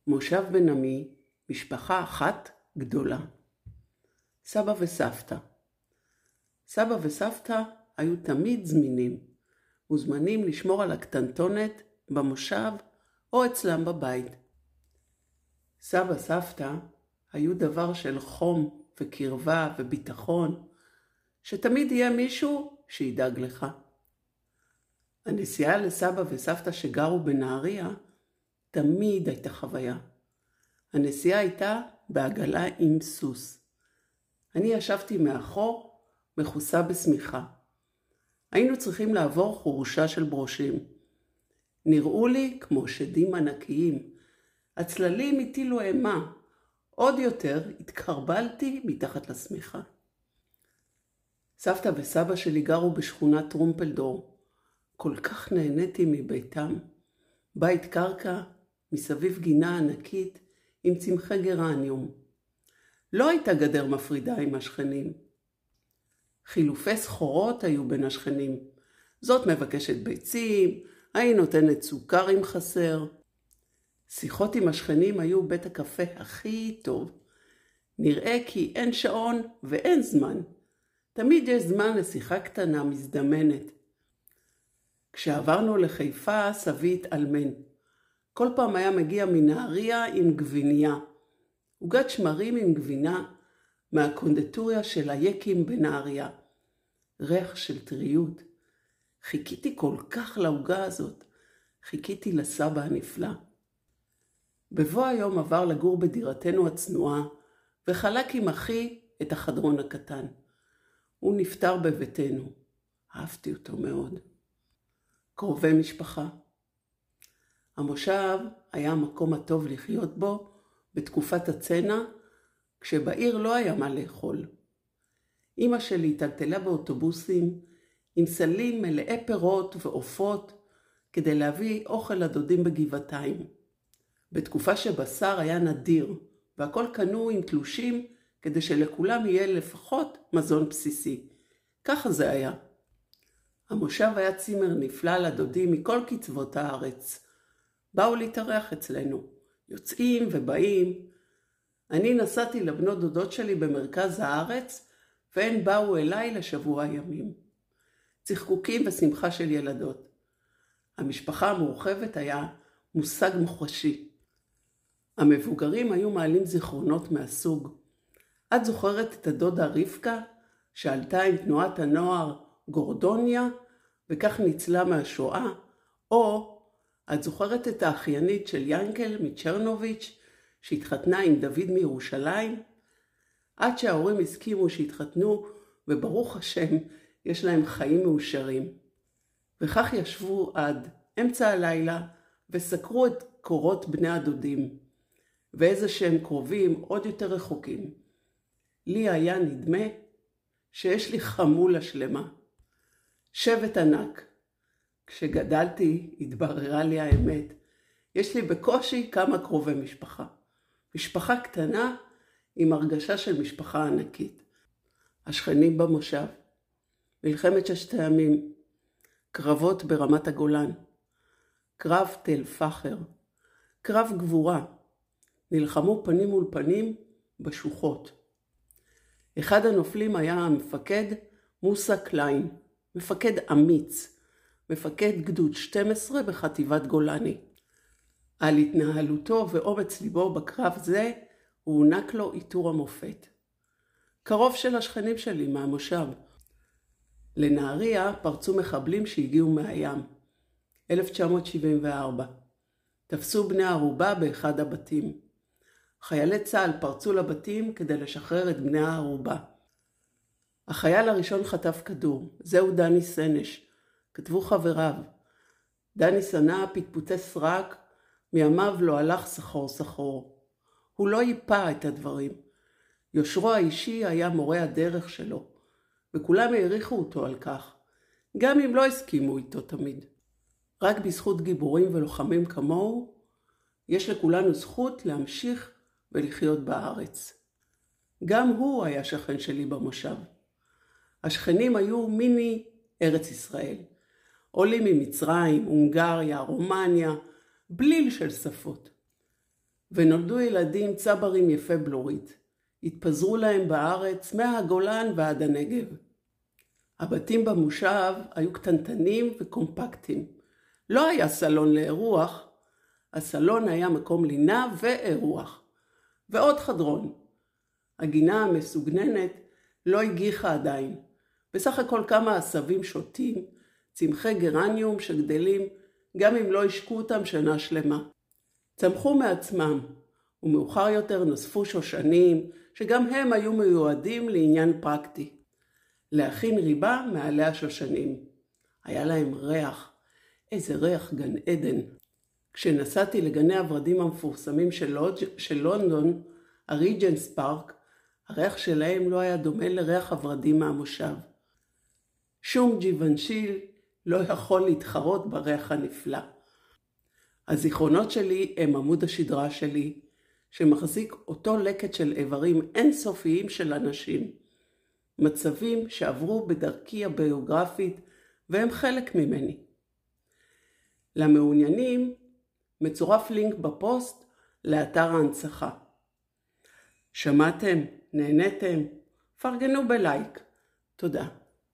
מושב בן עמי, משפחה אחת גדולה. סבא וסבתא. סבא וסבתא היו תמיד זמינים, מוזמנים לשמור על הקטנטונת במושב או אצלם בבית. סבא סבתא היו דבר של חום וקרבה וביטחון, שתמיד יהיה מישהו שידאג לך. הנסיעה לסבא וסבתא שגרו בנהריה תמיד הייתה חוויה. הנסיעה הייתה בעגלה עם סוס. אני ישבתי מאחור, מכוסה בשמיכה. היינו צריכים לעבור חורשה של ברושים. נראו לי כמו שדים ענקיים. הצללים הטילו אימה. עוד יותר התקרבלתי מתחת לשמיכה. סבתא וסבא שלי גרו בשכונת טרומפלדור. כל כך נהניתי מביתם. בית קרקע, מסביב גינה ענקית עם צמחי גרניום. לא הייתה גדר מפרידה עם השכנים. חילופי סחורות היו בין השכנים. זאת מבקשת ביצים, ההיא נותנת סוכר אם חסר. שיחות עם השכנים היו בית הקפה הכי טוב. נראה כי אין שעון ואין זמן. תמיד יש זמן לשיחה קטנה מזדמנת. כשעברנו לחיפה, סבי התאלמן. כל פעם היה מגיע מנהריה עם גביניה. עוגת שמרים עם גבינה מהקונדטוריה של היקים בנהריה. ריח של טריות. חיכיתי כל כך לעוגה הזאת. חיכיתי לסבא הנפלא. בבוא היום עבר לגור בדירתנו הצנועה, וחלק עם אחי את החדרון הקטן. הוא נפטר בביתנו. אהבתי אותו מאוד. קרובי משפחה. המושב היה המקום הטוב לחיות בו בתקופת הצנע, כשבעיר לא היה מה לאכול. אמא שלי טלטלה באוטובוסים עם סלים מלאי פירות ועופות כדי להביא אוכל לדודים בגבעתיים. בתקופה שבשר היה נדיר והכל קנו עם תלושים כדי שלכולם יהיה לפחות מזון בסיסי. ככה זה היה. המושב היה צימר נפלא לדודים מכל קצוות הארץ. באו להתארח אצלנו, יוצאים ובאים. אני נסעתי לבנות דודות שלי במרכז הארץ, והן באו אליי לשבוע ימים. צחקוקים ושמחה של ילדות. המשפחה המורחבת היה מושג מוחשי. המבוגרים היו מעלים זיכרונות מהסוג. את זוכרת את הדודה רבקה, שעלתה עם תנועת הנוער גורדוניה, וכך ניצלה מהשואה? או את זוכרת את האחיינית של ינקל מצ'רנוביץ' שהתחתנה עם דוד מירושלים? עד שההורים הסכימו שהתחתנו, וברוך השם יש להם חיים מאושרים. וכך ישבו עד אמצע הלילה וסקרו את קורות בני הדודים, ואיזה שהם קרובים עוד יותר רחוקים. לי היה נדמה שיש לי חמולה שלמה. שבט ענק. כשגדלתי התבררה לי האמת. יש לי בקושי כמה קרובי משפחה. משפחה קטנה עם הרגשה של משפחה ענקית. השכנים במושב. מלחמת ששת הימים. קרבות ברמת הגולן. קרב תל פחר. קרב גבורה. נלחמו פנים מול פנים בשוחות. אחד הנופלים היה המפקד מוסה קליין. מפקד אמיץ. מפקד גדוד 12 בחטיבת גולני. על התנהלותו ואומץ ליבו בקרב זה הוענק לו עיטור המופת. קרוב של השכנים שלי מהמושב. לנהריה פרצו מחבלים שהגיעו מהים. 1974. תפסו בני ערובה באחד הבתים. חיילי צה"ל פרצו לבתים כדי לשחרר את בני הערובה. החייל הראשון חטף כדור. זהו דני סנש. כתבו חבריו. דני סנה פטפוטי סרק, מימיו לא הלך סחור סחור. הוא לא ייפה את הדברים. יושרו האישי היה מורה הדרך שלו, וכולם העריכו אותו על כך, גם אם לא הסכימו איתו תמיד. רק בזכות גיבורים ולוחמים כמוהו, יש לכולנו זכות להמשיך ולחיות בארץ. גם הוא היה שכן שלי במושב. השכנים היו מיני ארץ ישראל. עולים ממצרים, הונגריה, רומניה, בליל של שפות. ונולדו ילדים צברים יפי בלורית. התפזרו להם בארץ מהגולן ועד הנגב. הבתים במושב היו קטנטנים וקומפקטיים. לא היה סלון לאירוח, הסלון היה מקום לינה ואירוח. ועוד חדרון. הגינה המסוגננת לא הגיחה עדיין. בסך הכל כמה עשבים שוטים, צמחי גרניום שגדלים גם אם לא השקו אותם שנה שלמה. צמחו מעצמם, ומאוחר יותר נוספו שושנים שגם הם היו מיועדים לעניין פרקטי. להכין ריבה מעלי השושנים. היה להם ריח, איזה ריח גן עדן. כשנסעתי לגני הוורדים המפורסמים של לונדון, הריג'נס פארק, הריח שלהם לא היה דומה לריח הוורדים מהמושב. שום ג'יוונשיל לא יכול להתחרות בריח הנפלא. הזיכרונות שלי הם עמוד השדרה שלי, שמחזיק אותו לקט של איברים אינסופיים של אנשים. מצבים שעברו בדרכי הביוגרפית והם חלק ממני. למעוניינים מצורף לינק בפוסט לאתר ההנצחה. שמעתם? נהניתם? פרגנו בלייק. תודה.